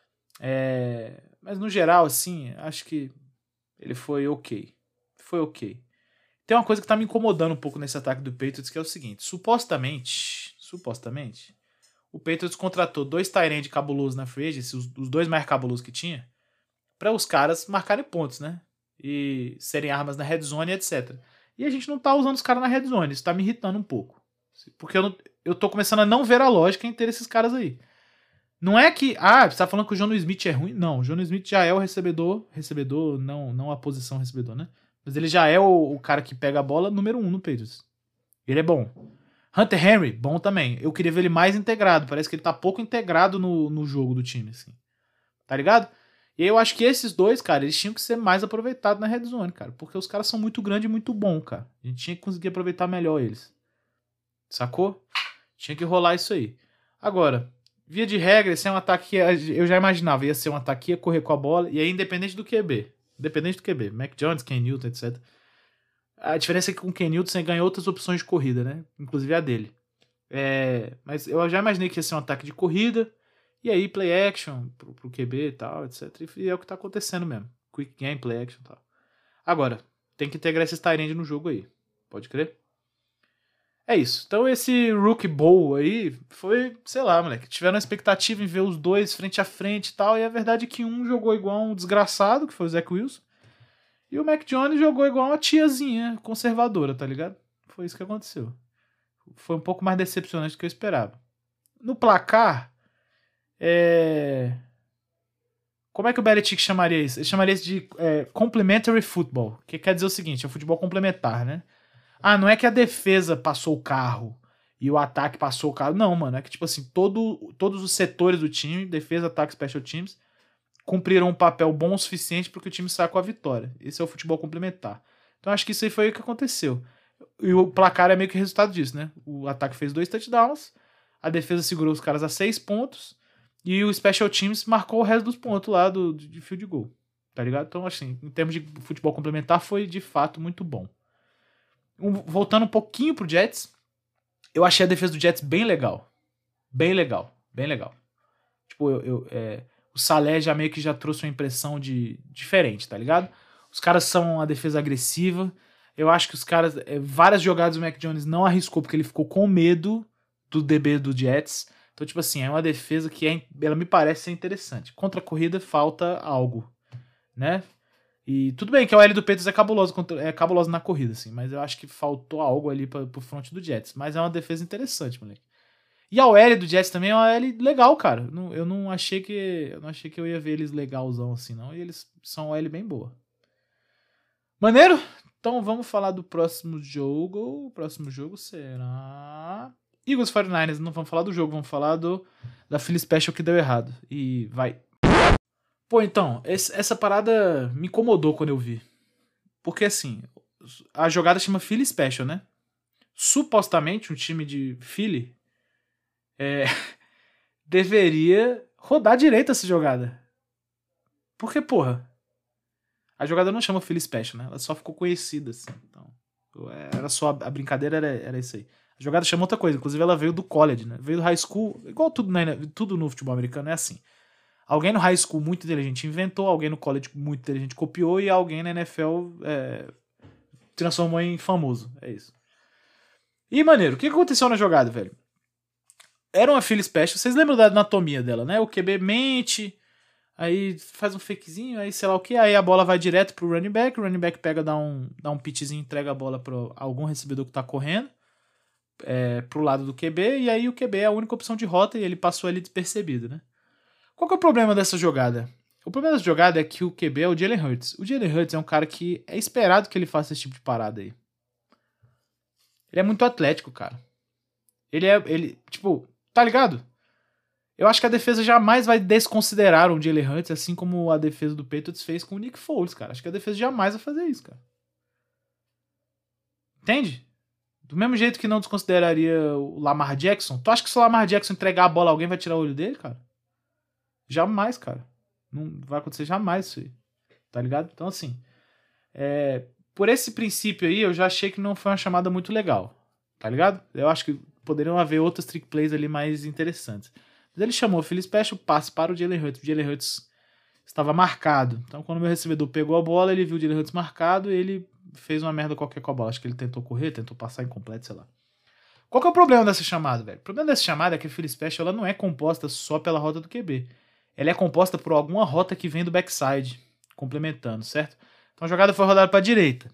Speaker 1: É... Mas no geral, assim, acho que ele foi ok. Foi ok. Tem uma coisa que tá me incomodando um pouco nesse ataque do Patriots, que é o seguinte. Supostamente, supostamente, o Patriots contratou dois tight end cabulosos na free agency, os, os dois mais cabulosos que tinha, para os caras marcarem pontos, né? E serem armas na red zone, etcétera. E a gente não tá usando os caras na red zone. Isso tá me irritando um pouco. Porque eu, não, eu tô começando a não ver a lógica em ter esses caras aí. Não é que... Ah, você tá falando que o Jonnu Smith é ruim? Não, o Jonnu Smith já é o recebedor. Recebedor, não, não a posição recebedor, né? Mas ele já é o, o cara que pega a bola número um no Patriots. Ele é bom. Hunter Henry, bom também. Eu queria ver ele mais integrado. Parece que ele tá pouco integrado no, no jogo do time, assim. Tá ligado? E eu acho que esses dois, cara, eles tinham que ser mais aproveitados na red zone, cara. Porque os caras são muito grandes e muito bons, cara. A gente tinha que conseguir aproveitar melhor eles. Sacou? Tinha que rolar isso aí. Agora, via de regra, esse é um ataque que eu já imaginava. Ia ser um ataque que ia correr com a bola. E aí, independente do Q B. Independente do Q B. Mac Jones, Ken Newton, etcétera. A diferença é que com o Ken Newton você ganha outras opções de corrida, né? Inclusive a dele. É... Mas eu já imaginei que ia ser um ataque de corrida. E aí, play action pro, pro Q B e tal, etcétera. E é o que tá acontecendo mesmo. Quick game, play action e tal. Agora, tem que integrar esses tight end no jogo aí. Pode crer? É isso. Então esse Rookie Bowl aí foi, sei lá, moleque. Tiveram a expectativa em ver os dois frente a frente e tal. E a verdade é que um jogou igual um desgraçado, que foi o Zach Wilson. E o Mac Jones jogou igual uma tiazinha conservadora, tá ligado? Foi isso que aconteceu. Foi um pouco mais decepcionante do que eu esperava. No placar... É... Como é que o Belichick chamaria isso? Ele chamaria isso de é, complementary football, que quer dizer o seguinte, é o futebol complementar, né? Ah, não é que a defesa passou o carro e o ataque passou o carro. Não, mano, é que tipo assim, todo, todos os setores do time, defesa, ataque, special teams, cumpriram um papel bom o suficiente para que o time saia com a vitória. Esse é o futebol complementar. Então acho que isso aí foi o que aconteceu. E o placar é meio que resultado disso, né? O ataque fez dois touchdowns, a defesa segurou os caras a seis pontos, e o Special Teams marcou o resto dos pontos lá do, de field goal. Tá ligado? Então, assim, em termos de futebol complementar, foi de fato muito bom. Um, voltando um pouquinho pro Jets, eu achei a defesa do Jets bem legal. Bem legal. Bem legal. Tipo, eu, eu, é, o Saleh já meio que já trouxe uma impressão de diferente, tá ligado? Os caras são uma defesa agressiva. Eu acho que os caras... É, várias jogadas do Mac Jones não arriscou, porque ele ficou com medo do D B do Jets. Então, tipo assim, é uma defesa que é, ela me parece ser interessante. Contra a corrida, falta algo, né? E tudo bem que a O L do Patriots é cabuloso, é cabuloso na corrida, assim, mas eu acho que faltou algo ali pra, pro front do Jets. Mas é uma defesa interessante, moleque. E a O L do Jets também é uma O L legal, cara. Não, eu não achei que eu não achei que eu ia ver eles legalzão assim, não. E eles são uma O L bem boa. Maneiro? Então vamos falar do próximo jogo. O próximo jogo será... Eagles quarenta e nove ers. Não vamos falar do jogo, vamos falar do da Philly Special que deu errado. E vai... Pô, então, esse, essa parada me incomodou quando eu vi. Porque, assim, a jogada chama Philly Special, né? Supostamente, um time de Philly é, deveria rodar direito essa jogada. Porque, porra, a jogada não chama Philly Special, né? Ela só ficou conhecida, assim. Então, era só, a brincadeira era, era isso aí. A jogada chama outra coisa. Inclusive, ela veio do college, né? Veio do high school. Igual tudo, né? Tudo no futebol americano é assim. Alguém no high school muito inteligente inventou, alguém no college muito inteligente copiou e alguém na N F L é, transformou em famoso. É isso. E, maneiro, o que aconteceu na jogada, velho? Era uma Philly Special, vocês lembram da anatomia dela, né? O Q B mente, aí faz um fakezinho, aí sei lá o que, aí a bola vai direto pro running back, o running back pega, dá um, dá um pitchzinho, entrega a bola pra algum recebedor que tá correndo, é, pro lado do Q B, e aí o Q B é a única opção de rota e ele passou ali despercebido, né? Qual que é o problema dessa jogada? O problema dessa jogada é que o Q B é o Jalen Hurts. O Jalen Hurts é um cara que é esperado que ele faça esse tipo de parada aí. Ele é muito atlético, cara. Ele é, ele, tipo, tá ligado? Eu acho que a defesa jamais vai desconsiderar o Jalen Hurts, assim como a defesa do Patriots fez com o Nick Foles, cara. Acho que a defesa jamais vai fazer isso, cara. Entende? Do mesmo jeito que não desconsideraria o Lamar Jackson. Tu acha que se o Lamar Jackson entregar a bola, alguém vai tirar o olho dele, cara? Jamais, cara. Não vai acontecer jamais isso aí. Tá ligado? Então, assim, é, por esse princípio aí, eu já achei que não foi uma chamada muito legal. Tá ligado? Eu acho que poderiam haver outras trick plays ali mais interessantes. Mas ele chamou o Philly Special, passe para o Jalen Hurts. O Jalen Hurts estava marcado. Então, quando o meu recebedor pegou a bola, ele viu o Jalen Hurts marcado e ele fez uma merda qualquer com a bola. Acho que ele tentou correr, tentou passar incompleto, sei lá. Qual que é o problema dessa chamada, velho? O problema dessa chamada é que a Philly Special ela não é composta só pela rota do Q B. Ela é composta por alguma rota que vem do backside, complementando, certo? Então a jogada foi rodada para a direita.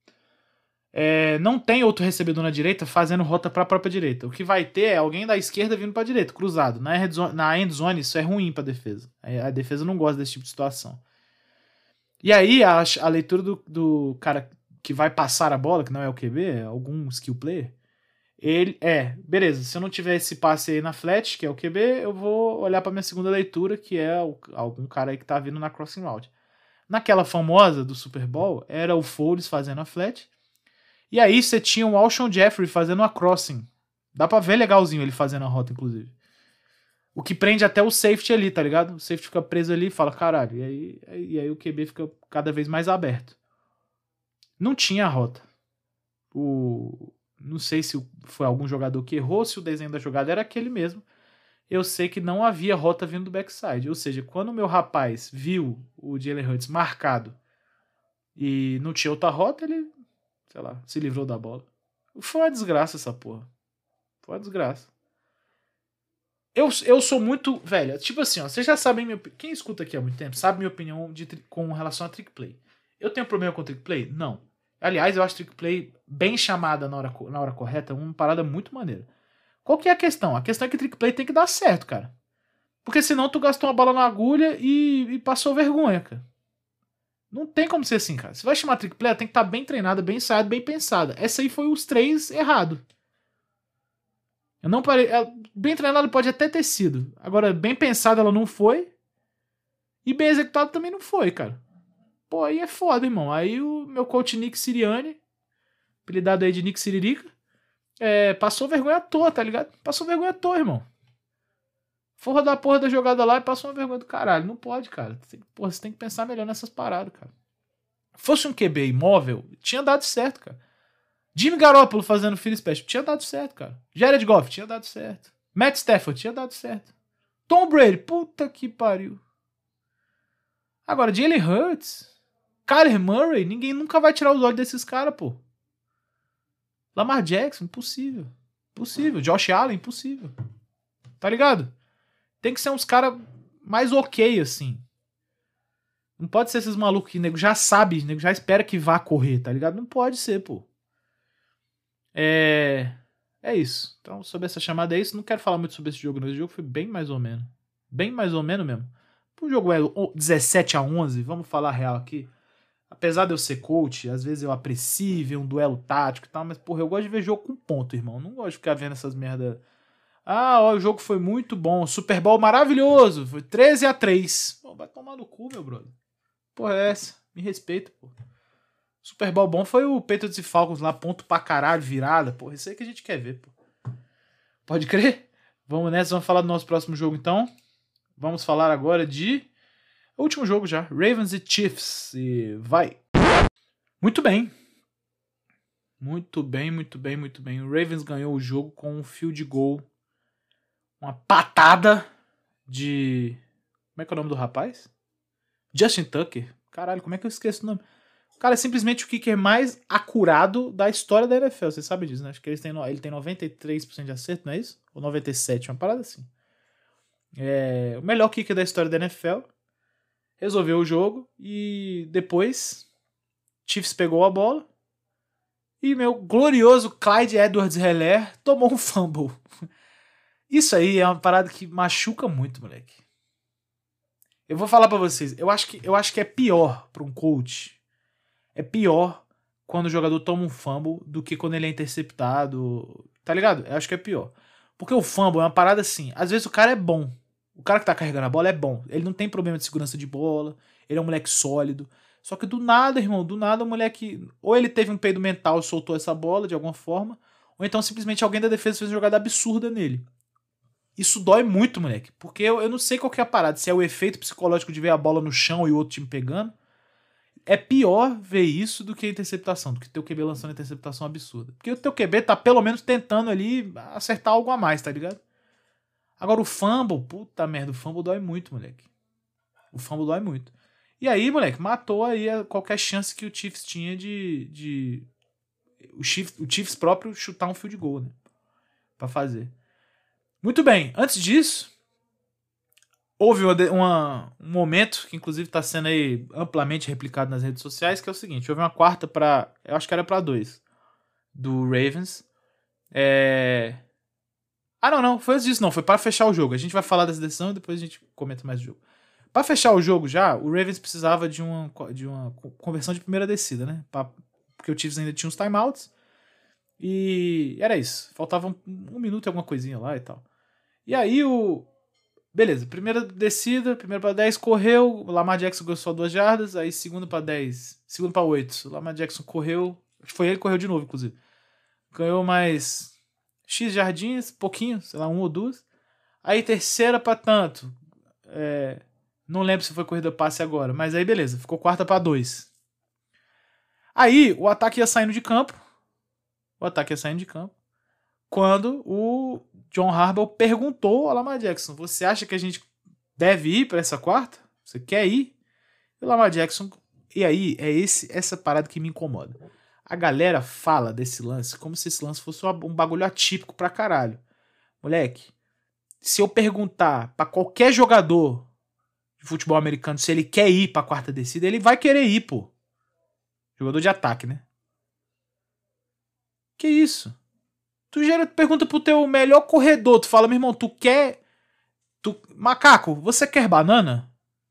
Speaker 1: É, não tem outro recebedor na direita fazendo rota para a própria direita. O que vai ter é alguém da esquerda vindo para a direita, cruzado. Na endzone, na endzone isso é ruim para a defesa. A defesa não gosta desse tipo de situação. E aí a, a leitura do, do cara que vai passar a bola, que não é o Q B, é algum skill player, ele é, beleza, se eu não tiver esse passe aí na flat, que é o Q B, eu vou olhar para minha segunda leitura, que é o, algum cara aí que tá vindo na crossing route. Naquela famosa do Super Bowl, era o Foles fazendo a flat, e aí você tinha o Alshon Jeffrey fazendo a crossing. Dá pra ver legalzinho ele fazendo a rota, inclusive. O que prende até o safety ali, tá ligado? O safety fica preso ali e fala, caralho, e aí, e aí o Q B fica cada vez mais aberto. Não tinha a rota. O... Não sei se foi algum jogador que errou, se o desenho da jogada era aquele mesmo. Eu sei que não havia rota vindo do backside. Ou seja, quando o meu rapaz viu o Jalen Hurts marcado e não tinha outra rota, ele, sei lá, se livrou da bola. Foi uma desgraça essa porra. Foi uma desgraça. Eu, eu sou muito... Velho, tipo assim, ó, vocês já sabem... Minha, quem escuta aqui há muito tempo sabe minha opinião de, com relação a trick play. Eu tenho problema com trick play? Não. Aliás, eu acho trick play bem chamada na hora, na hora correta uma parada muito maneira. Qual que é a questão? A questão é que trick play tem que dar certo, cara. Porque senão tu gastou uma bola na agulha e, e passou vergonha, cara. Não tem como ser assim, cara. Se vai chamar trick play, ela tem que estar bem treinada, bem ensaiada, bem pensada. Essa aí foi os três errado. Eu não parei... Bem treinada pode até ter sido. Agora, bem pensada ela não foi. E bem executada também não foi, cara. Pô, aí é foda, irmão. Aí o meu coach Nick Sirianni, apelidado aí de Nick Siririca, é, passou vergonha à toa, tá ligado? Passou vergonha à toa, irmão. For rodar a porra da jogada lá e passou uma vergonha do caralho. Não pode, cara. Tem, porra, você tem que pensar melhor nessas paradas, cara. Fosse um Q B imóvel, tinha dado certo, cara. Jimmy Garoppolo fazendo Philly Special, tinha dado certo, cara. Jared Goff, tinha dado certo. Matt Stafford, tinha dado certo. Tom Brady, puta que pariu. Agora, Jalen Hurts, Kyler Murray, ninguém nunca vai tirar os olhos desses caras, pô. Lamar Jackson, impossível. Impossível. Josh Allen, impossível. Tá ligado? Tem que ser uns caras mais ok, assim. Não pode ser esses malucos que o nego já sabe, o nego já espera que vá correr, tá ligado? Não pode ser, pô. É... É isso. Então, sobre essa chamada é isso. Não quero falar muito sobre esse jogo, não. Esse jogo foi bem mais ou menos. Bem mais ou menos mesmo. O jogo é dezessete a onze, vamos falar real aqui. Apesar de eu ser coach, às vezes eu aprecio ver um duelo tático e tal, mas, porra, eu gosto de ver jogo com ponto, irmão. Não gosto de ficar vendo essas merda. Ah, ó, o jogo foi muito bom. Super Bowl maravilhoso. Foi treze a três. Pô, vai tomar no cu, meu brother. Porra, é essa? Me respeita, pô. Super Bowl bom foi o Patriots e Falcons lá, ponto pra caralho, virada. Porra, isso aí que a gente quer ver, pô. Pode crer? Vamos nessa, vamos falar do nosso próximo jogo, então. Vamos falar agora de... O último jogo já. Ravens e Chiefs. E vai. Muito bem. Muito bem, muito bem, muito bem. O Ravens ganhou o jogo com um field goal. Uma patada de... Como é que é o nome do rapaz? Justin Tucker. Caralho, como é que eu esqueço o nome? O cara é simplesmente o kicker mais acurado da história da N F L. Você sabe disso, né? Acho que ele tem, ele tem noventa e três por cento de acerto, não é isso? Ou noventa e sete por cento, uma parada assim. É, o melhor kicker da história da N F L. Resolveu o jogo e depois Chiefs pegou a bola e meu glorioso Clyde Edwards-Helaire tomou um fumble. Isso aí é uma parada que machuca muito, moleque. Eu vou falar pra vocês, eu acho que, eu acho que é pior pra um coach. É pior quando o jogador toma um fumble do que quando ele é interceptado. Tá ligado? Eu acho que é pior. Porque o fumble é uma parada assim. Às vezes o cara é bom. O cara que tá carregando a bola é bom. Ele não tem problema de segurança de bola. Ele é um moleque sólido. Só que do nada, irmão, do nada o moleque... Ou ele teve um peido mental e soltou essa bola de alguma forma. Ou então simplesmente alguém da defesa fez uma jogada absurda nele. Isso dói muito, moleque. Porque eu, eu não sei qual que é a parada. Se é o efeito psicológico de ver a bola no chão e o outro time pegando. É pior ver isso do que a interceptação, do que teu Q B lançando a interceptação absurda. Porque o teu Q B tá pelo menos tentando ali acertar algo a mais, tá ligado? Agora o fumble, puta merda, o fumble dói muito, moleque. O fumble dói muito. E aí, moleque, matou aí qualquer chance que o Chiefs tinha de... de o, Chiefs, o Chiefs próprio chutar um field goal, né? Pra fazer. Muito bem, antes disso... Houve uma, uma, um momento que inclusive está sendo aí amplamente replicado nas redes sociais, que é o seguinte, houve uma quarta para, eu acho que era para dois, do Ravens. É... Ah, não, não, foi antes disso não, foi para fechar o jogo. A gente vai falar dessa decisão e depois a gente comenta mais o jogo. Para fechar o jogo já, o Ravens precisava de uma, de uma conversão de primeira descida, né? Pra, porque o Chiefs ainda tinha uns timeouts. E era isso, faltava um, um minuto e alguma coisinha lá e tal. E aí o... Beleza, primeira descida, primeiro para dez, correu, o Lamar Jackson ganhou só duas jardas, aí segundo para dez, segundo para oito, o Lamar Jackson correu, acho que foi ele que correu de novo, inclusive. Ganhou mais X jardinhas, pouquinho, sei lá, um ou duas. Aí terceira para tanto, é, não lembro se foi corrida passe agora, mas aí beleza, ficou quarta para dois. Aí o ataque ia saindo de campo, o ataque ia saindo de campo, quando o John Harbaugh perguntou ao Lamar Jackson, você acha que a gente deve ir para essa quarta? Você quer ir? E o Lamar Jackson... E aí, é esse, essa parada que me incomoda. A galera fala desse lance como se esse lance fosse um bagulho atípico pra caralho. Moleque, se eu perguntar pra qualquer jogador de futebol americano se ele quer ir pra quarta descida, ele vai querer ir, pô. Jogador de ataque, né? Que isso? Tu gera, pergunta pro teu melhor corredor, tu fala, meu irmão, tu quer... Tu... Macaco, você quer banana?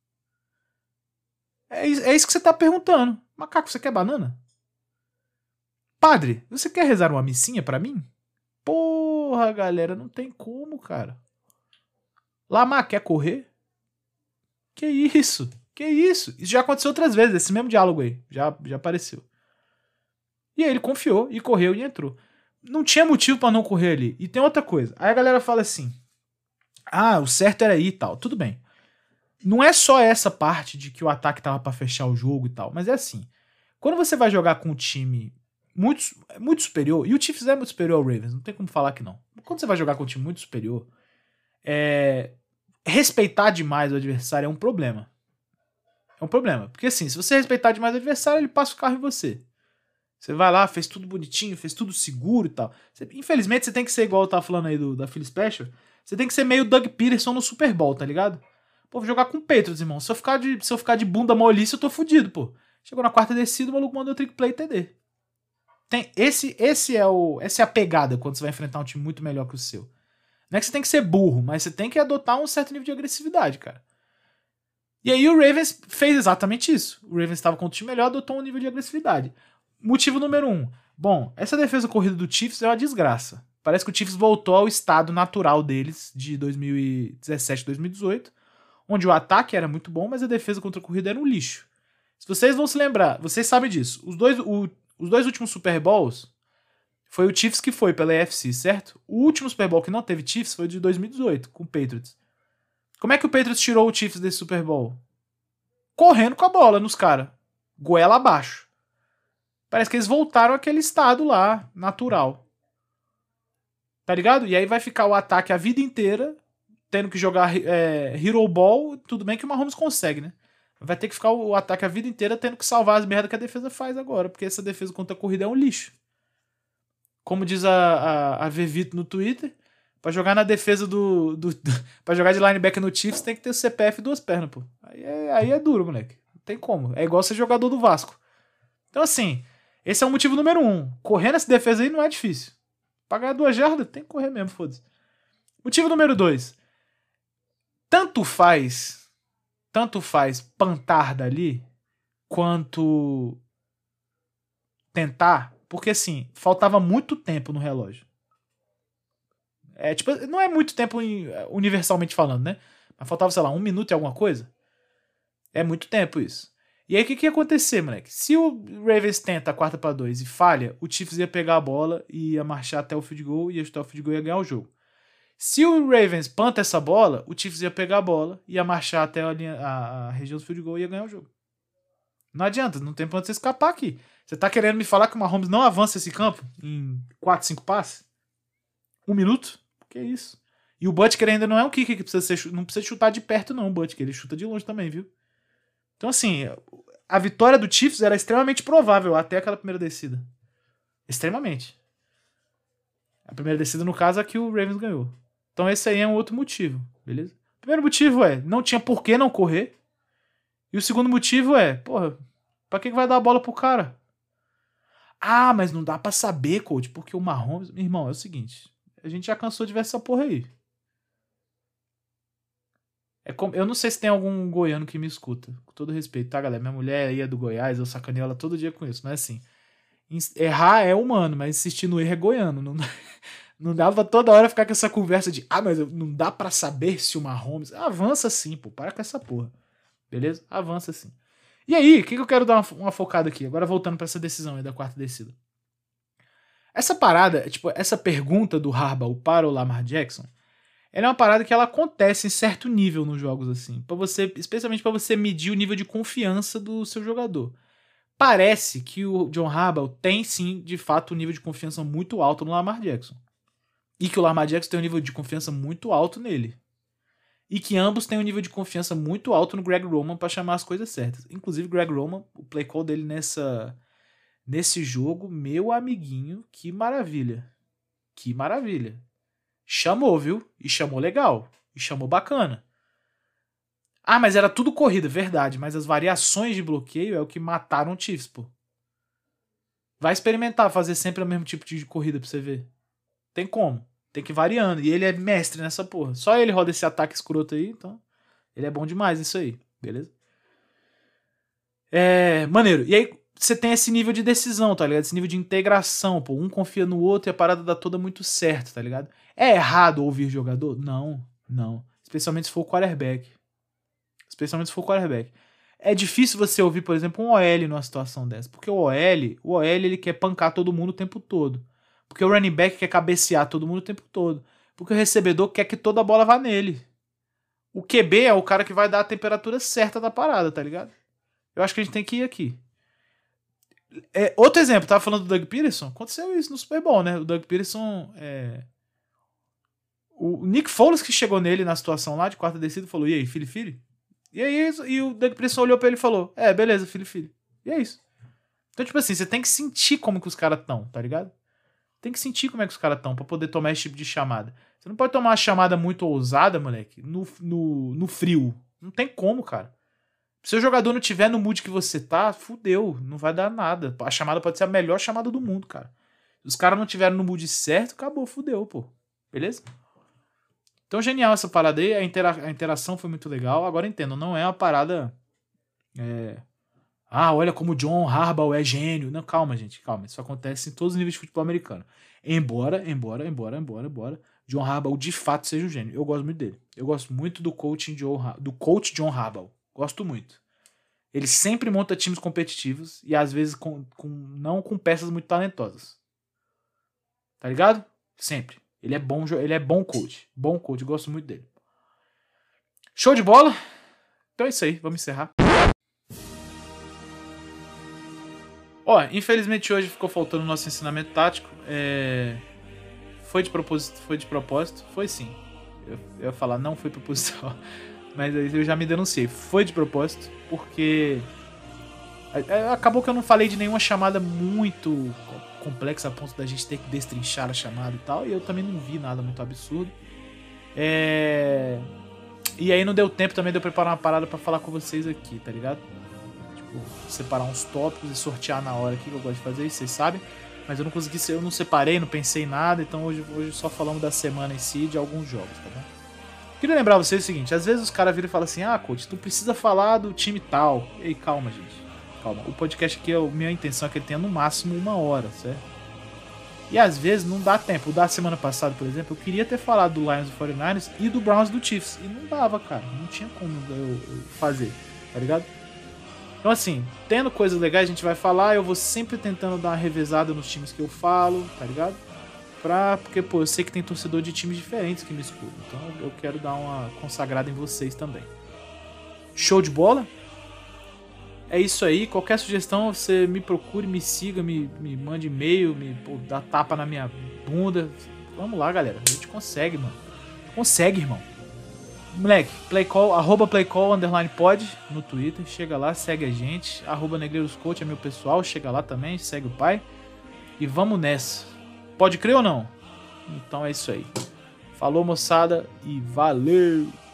Speaker 1: É, é isso que você tá perguntando. Macaco, você quer banana? Padre, você quer rezar uma missinha pra mim? Porra, galera, não tem como, cara. Lamar, quer correr? Que isso? Que isso? Isso já aconteceu outras vezes, esse mesmo diálogo aí. Já, já apareceu. E aí ele confiou e correu e entrou. Não tinha motivo pra não correr ali. E tem outra coisa. Aí a galera fala assim, ah, o certo era ir e tal. Tudo bem. Não é só essa parte de que o ataque tava pra fechar o jogo e tal. Mas é assim. Quando você vai jogar com um time muito, muito superior, e o Chiefs é muito superior ao Ravens, não tem como falar que não. Quando você vai jogar com um time muito superior, é, respeitar demais o adversário é um problema. É um problema. Porque assim, se você respeitar demais o adversário, ele passa o carro em você. Você vai lá, fez tudo bonitinho, fez tudo seguro e tal. Você, infelizmente, você tem que ser igual eu tava falando aí do, da Philly Special. Você tem que ser meio Doug Peterson no Super Bowl, tá ligado? Pô, vou jogar com o Patriots, irmão. Se eu ficar de, se eu ficar de bunda molice, eu tô fudido, pô. Chegou na quarta descida, o maluco mandou trick play T D. Tem, esse, esse é o, essa é a pegada quando você vai enfrentar um time muito melhor que o seu. Não é que você tem que ser burro, mas você tem que adotar um certo nível de agressividade, cara. E aí o Ravens fez exatamente isso. O Ravens estava com um time melhor, adotou um nível de agressividade. Motivo número um. Bom, essa defesa corrida do Chiefs é uma desgraça. Parece que o Chiefs voltou ao estado natural deles de dois mil e dezessete, dois mil e dezoito, onde o ataque era muito bom, mas a defesa contra a corrida era um lixo. Se vocês vão se lembrar, vocês sabem disso. Os dois, o, os dois últimos Super Bowls foi o Chiefs que foi pela A F C, certo? O último Super Bowl que não teve Chiefs foi o de dois mil e dezoito, com o Patriots. Como é que o Patriots tirou o Chiefs desse Super Bowl? Correndo com a bola nos caras. Goela abaixo. Parece que eles voltaram àquele estado lá, natural. Tá ligado? E aí vai ficar o ataque a vida inteira, tendo que jogar é, Hero Ball. Tudo bem que o Mahomes consegue, né? Vai ter que ficar o ataque a vida inteira tendo que salvar as merdas que a defesa faz agora, porque essa defesa contra a corrida é um lixo. Como diz a, a, a Vevito no Twitter, pra jogar na defesa do, do, do... pra jogar de linebacker no Chiefs tem que ter o C P F e duas pernas, pô. Aí é, aí é duro, moleque. Não tem como. É igual ser jogador do Vasco. Então, assim, esse é o motivo número um. Correr nessa defesa aí não é difícil. Pra ganhar duas jardas, tem que correr mesmo, foda-se. Motivo número dois. Tanto faz... Tanto faz pantar dali, quanto tentar, porque assim, faltava muito tempo no relógio. É, tipo, não é muito tempo universalmente falando, né? Mas faltava, sei lá, um minuto e alguma coisa. É muito tempo isso. E aí o que, que ia acontecer, moleque? Se o Ravens tenta a quarta para dois e falha, o Chiefs ia pegar a bola e ia marchar até o field goal, ia chutar o field goal e ia ganhar o jogo. Se o Ravens planta essa bola, o Chiefs ia pegar a bola, ia marchar até a, linha, a, a região do field goal e ia ganhar o jogo. Não adianta, não tem pra onde você escapar aqui. Você tá querendo me falar que o Mahomes não avança esse campo em quatro, cinco passes? Um minuto? Que isso? E o Butker ainda não é um kicker que precisa ser, não precisa chutar de perto não, o Butker. Ele chuta de longe também, viu? Então assim, a vitória do Chiefs era extremamente provável até aquela primeira descida. Extremamente. A primeira descida, no caso, é que o Ravens ganhou. Então esse aí é um outro motivo, beleza? O primeiro motivo é, não tinha por que não correr. E o segundo motivo é, porra, pra que vai dar a bola pro cara? Ah, mas não dá pra saber, coach, porque o Mahomes... Meu irmão, é o seguinte, a gente já cansou de ver essa porra aí. É como, eu não sei se tem algum goiano que me escuta, com todo respeito, tá, galera? Minha mulher aí é do Goiás, eu sacaneio ela todo dia com isso, mas assim, errar é humano, mas insistir no erro é goiano, não... Não dá pra toda hora ficar com essa conversa de ah, mas não dá pra saber se o Mahomes... Avança sim, pô. Para com essa porra. Beleza? Avança sim. E aí, o que, que eu quero dar uma, uma focada aqui? Agora voltando pra essa decisão aí da quarta descida. Essa parada, tipo, essa pergunta do Harbaugh para o Lamar Jackson, ela é uma parada que ela acontece em certo nível nos jogos, assim. Pra você, especialmente pra você medir o nível de confiança do seu jogador. Parece que o John Harbaugh tem sim, de fato, um nível de confiança muito alto no Lamar Jackson. E que o Lamar Jackson tem um nível de confiança muito alto nele. E que ambos têm um nível de confiança muito alto no Greg Roman para chamar as coisas certas. Inclusive, Greg Roman, o play call dele nessa, nesse jogo, meu amiguinho, que maravilha. Que maravilha. Chamou, viu? E chamou legal. E chamou bacana. Ah, mas era tudo corrida, verdade. Mas as variações de bloqueio é o que mataram o Chiefs, pô. Vai experimentar fazer sempre o mesmo tipo de corrida pra você ver. Tem como. Tem que ir variando. E ele é mestre nessa porra. Só ele roda esse ataque escroto aí, então... Ele é bom demais nisso aí. Beleza? É... Maneiro. E aí, você tem esse nível de decisão, tá ligado? Esse nível de integração, pô. Um confia no outro e a parada dá toda muito certo, tá ligado? É errado ouvir jogador? Não. Não. Especialmente se for o quarterback. Especialmente se for o quarterback. É difícil você ouvir, por exemplo, um O L numa situação dessa. Porque o O L... O O L, ele quer pancar todo mundo o tempo todo. Porque o running back quer cabecear todo mundo o tempo todo. Porque o recebedor quer que toda a bola vá nele. O Q B é o cara que vai dar a temperatura certa da parada, tá ligado? Eu acho que a gente tem que ir aqui. É, outro exemplo, tava falando do Doug Peterson. Aconteceu isso no Super Bowl, né? O Doug Peterson... É... O Nick Foles que chegou nele na situação lá de quarta descida falou, e aí, filho, filho? E aí, e o Doug Peterson olhou pra ele e falou, é, beleza, filho, filho. E é isso. Então, tipo assim, você tem que sentir como que os caras estão, tá ligado? Tem que sentir como é que os caras estão pra poder tomar esse tipo de chamada. Você não pode tomar uma chamada muito ousada, moleque, no, no, no frio. Não tem como, cara. Se o seu jogador não tiver no mood que você tá, fudeu, não vai dar nada. A chamada pode ser a melhor chamada do mundo, cara. Se os caras não tiverem no mood certo, acabou, fudeu, pô. Beleza? Então, genial essa parada aí. A, intera- a interação foi muito legal. Agora entendo, não é uma parada... É... Ah, olha como o John Harbaugh é gênio. Não, calma, gente, calma. Isso acontece em todos os níveis de futebol americano. Embora, embora, embora, embora, embora, John Harbaugh de fato seja um gênio. Eu gosto muito dele. Eu gosto muito do coaching John, do coach John Harbaugh. Gosto muito. Ele sempre monta times competitivos e às vezes com, com, não com peças muito talentosas. Tá ligado? Sempre. Ele é bom, ele é bom coach. Bom coach, gosto muito dele. Show de bola? Então é isso aí, vamos encerrar. Ó, infelizmente hoje ficou faltando o nosso ensinamento tático. É... Foi de propósito? Foi de propósito? Foi sim. Eu, eu ia falar, não foi proposital. Mas aí eu já me denunciei. Foi de propósito, porque... Acabou que eu não falei de nenhuma chamada muito complexa a ponto da gente ter que destrinchar a chamada e tal. E eu também não vi nada muito absurdo. É... E aí não deu tempo também de eu preparar uma parada pra falar com vocês aqui, tá ligado? Tipo, separar uns tópicos e sortear na hora aqui, que eu gosto de fazer isso, vocês sabem. Mas eu não consegui, eu não separei, não pensei em nada. Então hoje, hoje só falamos da semana em si e de alguns jogos, tá bom? Queria lembrar vocês o seguinte, às vezes os caras viram e falam assim, ah, coach, tu precisa falar do time tal. Ei, calma, gente. Calma. O podcast aqui, a minha intenção é que ele tenha no máximo uma hora, certo? E às vezes não dá tempo. O da semana passada, por exemplo, eu queria ter falado do Lions do quarenta e nove ers e do Browns do Chiefs. E não dava, cara. Não tinha como eu fazer, tá ligado? Então assim, tendo coisas legais a gente vai falar. Eu vou sempre tentando dar uma revezada nos times que eu falo, tá ligado? Pra, porque, pô, eu sei que tem torcedor de times diferentes que me escutam. Então eu quero dar uma consagrada em vocês também. Show de bola? É isso aí. Qualquer sugestão, você me procure, me siga, me, me mande e-mail, me pô, dá tapa na minha bunda. Vamos lá, galera. A gente consegue, mano. Consegue, irmão. Moleque, playcall, arroba playcall, underline pod no Twitter. Chega lá, segue a gente. Arroba negreiroscoach é meu pessoal. Chega lá também, segue o pai. E vamos nessa. Pode crer ou não? Então é isso aí. Falou, moçada, e valeu!